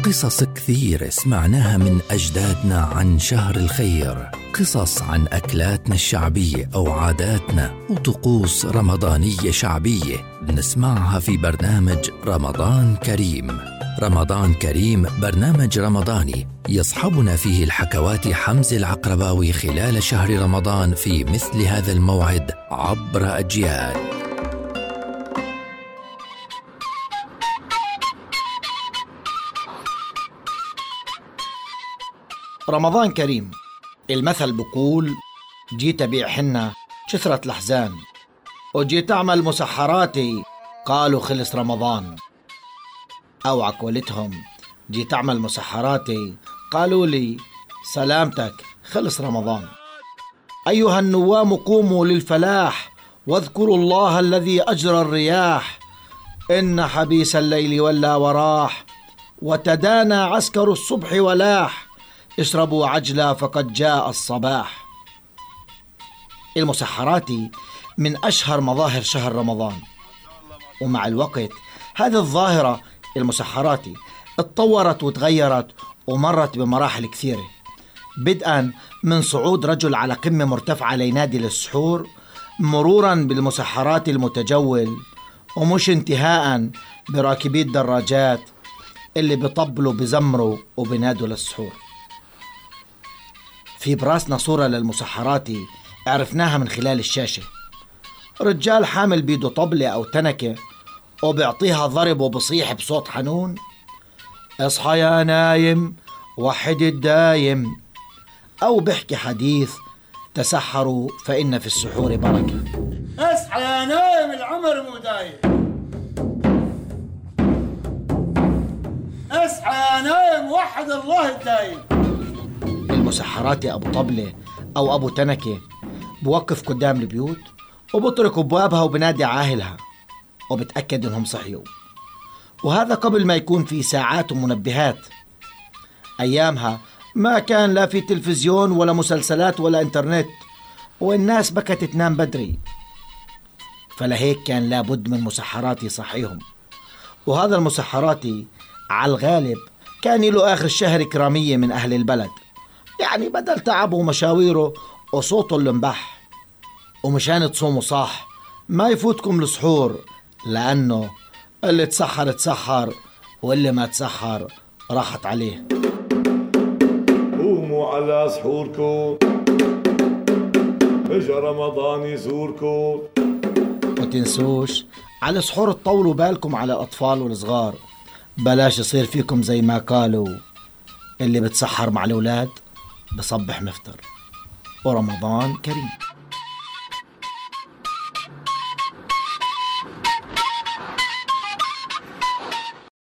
قصص كثير سمعناها من أجدادنا عن شهر الخير، قصص عن أكلاتنا الشعبية أو عاداتنا وطقوس رمضانية شعبية بنسمعها في برنامج رمضان كريم. رمضان كريم برنامج رمضاني يصحبنا فيه الحكواتي حمزة العقرباوي خلال شهر رمضان في مثل هذا الموعد عبر أجيال. رمضان كريم، المثل بقول جيت أبيع حنة كثرة الأحزان، وجيت أعمل مسحراتي قالوا خلص رمضان. أو عقولتهم جيت أعمل مسحراتي قالوا لي سلامتك خلص رمضان. أيها النوام قوموا للفلاح واذكروا الله الذي أجرى الرياح، إن حبيس الليل ولا وراح وتدانى عسكر الصبح ولاح، اشربوا عجلا فقد جاء الصباح. المسحراتي من أشهر مظاهر شهر رمضان، ومع الوقت هذه الظاهرة المسحراتي اتطورت وتغيرت ومرت بمراحل كثيرة، بدءا من صعود رجل على قمة مرتفعة لينادي للسحور، مرورا بالمسحرات المتجول، ومش انتهاء براكبي الدراجات اللي بيطبلوا بزمروا وبنادوا للسحور. في براسنا صورة للمسحراتي عرفناها من خلال الشاشة، رجال حامل بيده طبلة أو تنكة وبيعطيها ضرب وبصيح بصوت حنون، اصحى يا نايم وحد الدايم، أو بحكي حديث تسحروا فإن في السحور بركة. اصحى يا نايم العمر مو دايم، اصحى يا نايم وحد الله الدايم. المسحراتي أبو طبلة أو أبو تنكة بوقف قدام البيوت وبطرق أبوابها وبنادي عاهلها وبتأكد إنهم صحيوا، وهذا قبل ما يكون في ساعات ومنبهات. أيامها ما كان لا في تلفزيون ولا مسلسلات ولا إنترنت، والناس بكت تنام بدري، فلهيك كان لابد من مسحراتي صحيهم. وهذا المسحراتي على الغالب كان له آخر الشهر كرامية من أهل البلد، يعني بدل تعبه ومشاويره وصوته اللمبح. ومشان تصوموا صح ما يفوتكم السحور، لأنه اللي تسحر تسحر واللي ما تسحر راحت عليه. قوموا على سحوركم، اجا رمضان يزوركم. وتنسوش على سحور تطولوا بالكم على الأطفال والصغار، بلاش يصير فيكم زي ما قالوا اللي بتسحر مع الأولاد بصبح مفتر. ورمضان كريم.